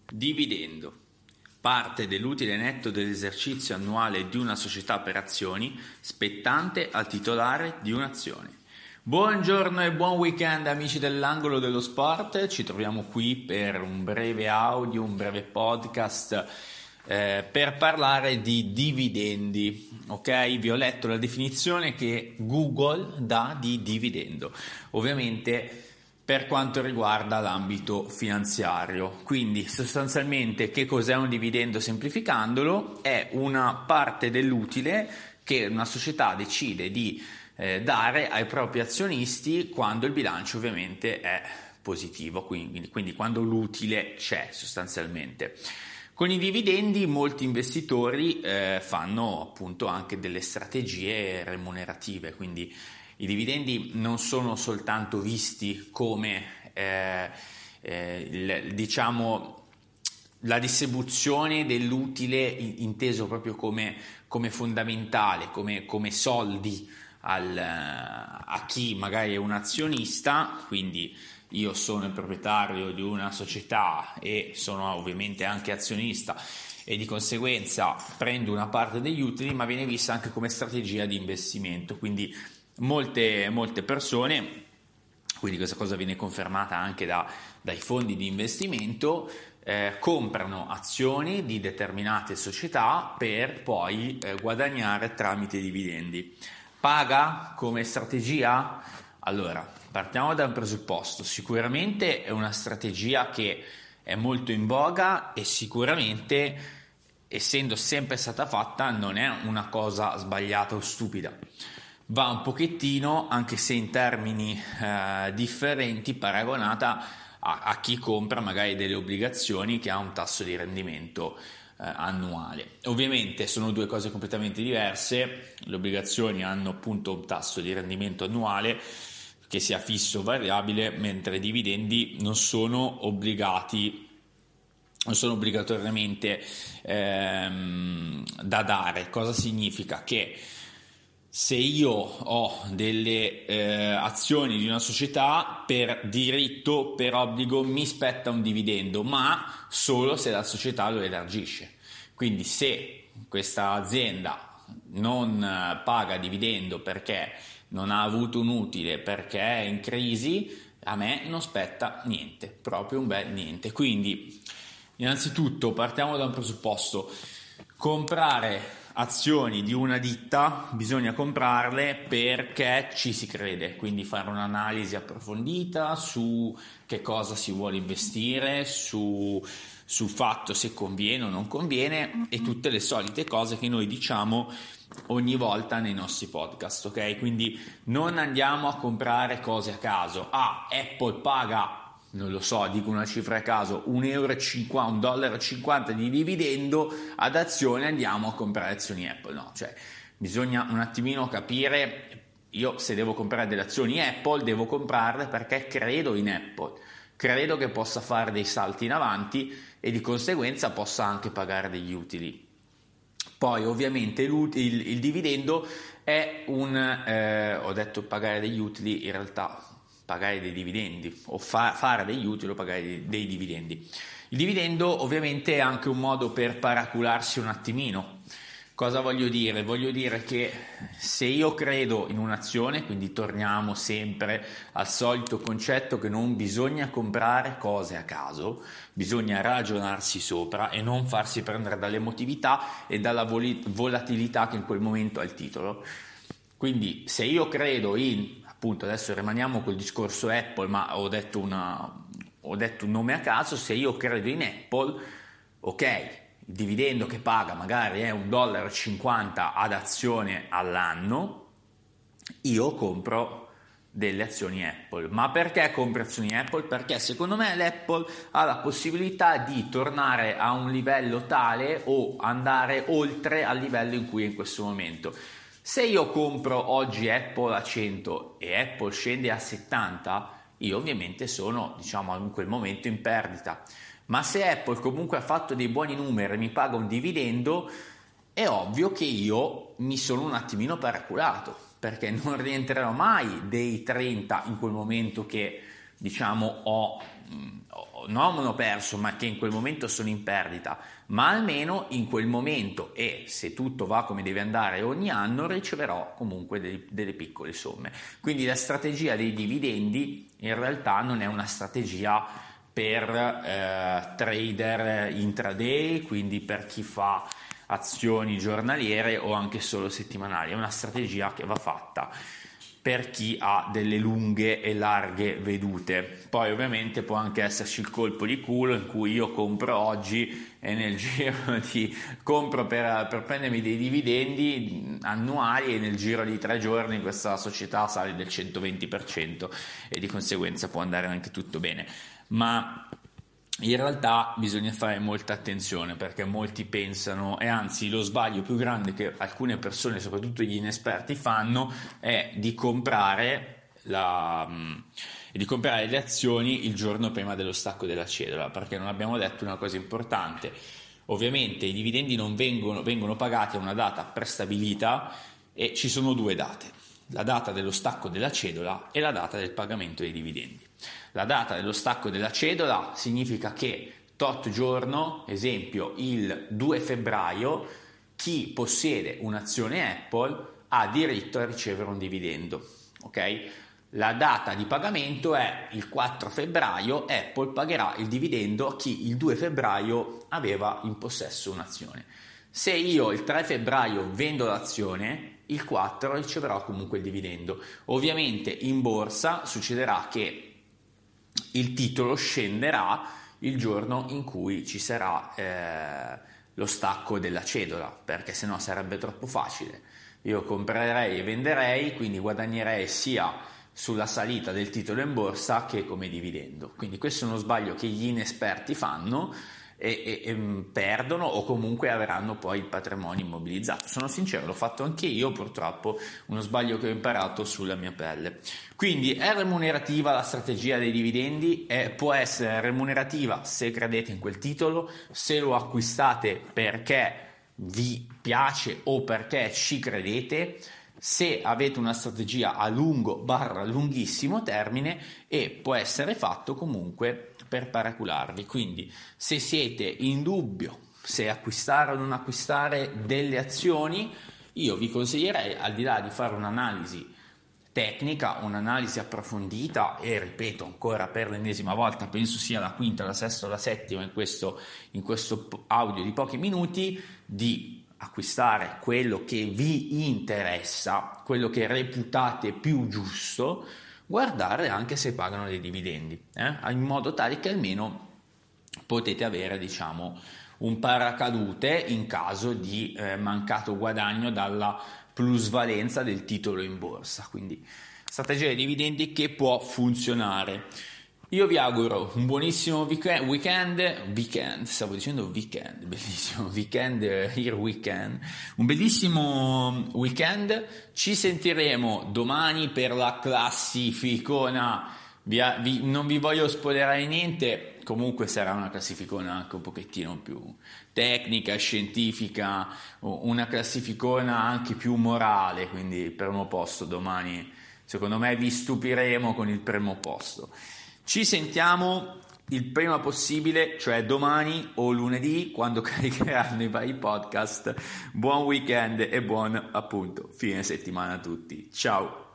Dividendo. Parte dell'utile netto dell'esercizio annuale di una società per azioni spettante al titolare di un'azione. Buongiorno e buon weekend amici dell'angolo dello sport, ci troviamo qui per un breve audio, un breve podcast per parlare di dividendi. Ok, vi ho letto la definizione che Google dà di dividendo, ovviamente per quanto riguarda l'ambito finanziario. Quindi sostanzialmente che cos'è un dividendo semplificandolo? È una parte dell'utile che una società decide di dare ai propri azionisti quando il bilancio ovviamente è positivo, quindi quando l'utile c'è sostanzialmente. Con i dividendi molti investitori fanno appunto anche delle strategie remunerative, quindi i dividendi non sono soltanto visti come la distribuzione dell'utile inteso proprio come fondamentale, come soldi a chi magari è un azionista, quindi io sono il proprietario di una società e sono ovviamente anche azionista e di conseguenza prendo una parte degli utili, ma viene vista anche come strategia di investimento, quindi molte persone, quindi questa cosa viene confermata anche dai fondi di investimento, comprano azioni di determinate società per poi guadagnare tramite dividendi. Paga come strategia? Allora, partiamo da un presupposto, sicuramente è una strategia che è molto in voga e sicuramente, essendo sempre stata fatta, non è una cosa sbagliata o stupida. Va un pochettino, anche se in termini differenti, paragonata a chi compra magari delle obbligazioni che ha un tasso di rendimento annuale. Ovviamente sono due cose completamente diverse. Le obbligazioni hanno appunto un tasso di rendimento annuale che sia fisso o variabile, mentre i dividendi non sono obbligatoriamente da dare. Cosa significa? Che se io ho delle azioni di una società, per diritto, per obbligo, mi spetta un dividendo, ma solo se la società lo elargisce. Quindi se questa azienda non paga dividendo perché non ha avuto un utile, perché è in crisi, a me non spetta niente, proprio un bel niente. Quindi innanzitutto partiamo da un presupposto: comprare azioni di una ditta bisogna comprarle perché ci si crede, quindi fare un'analisi approfondita su che cosa si vuole investire, sul fatto se conviene o non conviene e tutte le solite cose che noi diciamo ogni volta nei nostri podcast, ok? Quindi non andiamo a comprare cose a caso. Apple paga, non lo so, dico una cifra a caso, $1,50 di dividendo ad azione, andiamo a comprare azioni Apple. No, cioè bisogna un attimino capire. Io se devo comprare delle azioni Apple devo comprarle perché credo in Apple, credo che possa fare dei salti in avanti e di conseguenza possa anche pagare degli utili. Poi ovviamente il dividendo è ho detto pagare degli utili, in realtà pagare dei dividendi o fare degli utili o pagare dei dividendi. Il dividendo ovviamente è anche un modo per paracularsi un attimino. Cosa voglio dire? Voglio dire che se io credo in un'azione, quindi torniamo sempre al solito concetto che non bisogna comprare cose a caso, bisogna ragionarsi sopra e non farsi prendere dall'emotività e dalla volatilità che in quel momento ha il titolo. Quindi se io credo appunto, adesso rimaniamo col discorso Apple, ma ho detto un nome a caso, se io credo in Apple, ok, il dividendo che paga magari è $1,50 ad azione all'anno, io compro delle azioni Apple. Ma perché compro azioni Apple? Perché secondo me l'Apple ha la possibilità di tornare a un livello tale o andare oltre al livello in cui è in questo momento. Se io compro oggi Apple a 100 e Apple scende a 70, io ovviamente sono, in quel momento in perdita. Ma se Apple comunque ha fatto dei buoni numeri e mi paga un dividendo, è ovvio che io mi sono un attimino paraculato, perché non rientrerò mai dei 30 in quel momento che diciamo non ho perso, ma che in quel momento sono in perdita, ma almeno in quel momento, e se tutto va come deve andare ogni anno, riceverò comunque delle piccole somme. Quindi la strategia dei dividendi in realtà non è una strategia per trader intraday, quindi per chi fa azioni giornaliere o anche solo settimanali, è una strategia che va fatta per chi ha delle lunghe e larghe vedute. Poi ovviamente può anche esserci il colpo di culo in cui io compro oggi e nel giro compro per prendermi dei dividendi annuali e nel giro di 3 giorni questa società sale del 120% e di conseguenza può andare anche tutto bene. Ma in realtà bisogna fare molta attenzione, perché molti pensano, e anzi lo sbaglio più grande che alcune persone, soprattutto gli inesperti, fanno è di comprare le azioni il giorno prima dello stacco della cedola, perché non abbiamo detto una cosa importante. Ovviamente i dividendi non vengono pagati a una data prestabilita e ci sono 2 date: la data dello stacco della cedola e la data del pagamento dei dividendi. La data dello stacco della cedola significa che tot giorno, esempio il 2 febbraio, chi possiede un'azione Apple ha diritto a ricevere un dividendo, ok? La data di pagamento è il 4 febbraio, Apple pagherà il dividendo a chi il 2 febbraio aveva in possesso un'azione. Se io il 3 febbraio vendo l'azione, il 4 riceverò comunque il dividendo. Ovviamente in borsa succederà che il titolo scenderà il giorno in cui ci sarà lo stacco della cedola, perché sennò sarebbe troppo facile. Io comprerei e venderei, quindi guadagnerei sia sulla salita del titolo in borsa che come dividendo. Quindi questo è uno sbaglio che gli inesperti fanno e perdono, o comunque avranno poi il patrimonio immobilizzato. Sono sincero, l'ho fatto anche io, purtroppo uno sbaglio che ho imparato sulla mia pelle. Quindi è remunerativa la strategia dei dividendi, può essere remunerativa se credete in quel titolo, se lo acquistate perché vi piace o perché ci credete, se avete una strategia a lunghissimo termine, e può essere fatto comunque per paracularvi. Quindi se siete in dubbio se acquistare o non acquistare delle azioni, io vi consiglierei, al di là di fare un'analisi tecnica, un'analisi approfondita, e ripeto ancora per l'ennesima volta, penso sia la quinta, la sesta o la settima in questo audio di pochi minuti, di acquistare quello che vi interessa, quello che reputate più giusto, guardare anche se pagano dei dividendi, in modo tale che almeno potete avere, diciamo, un paracadute in caso di mancato guadagno dalla plusvalenza del titolo in borsa. Quindi strategia dei dividendi che può funzionare. Io vi auguro un buonissimo weekend, stavo dicendo weekend, bellissimo weekend, un bellissimo weekend. Ci sentiremo domani per la classificona. Non vi voglio spoilerare niente, comunque sarà una classificona anche un pochettino più tecnica, scientifica, una classificona anche più morale, quindi il primo posto domani, secondo me vi stupiremo con il primo posto. Ci sentiamo il prima possibile, cioè domani o lunedì, quando caricheranno i vari podcast. Buon weekend e buon appunto fine settimana a tutti. Ciao!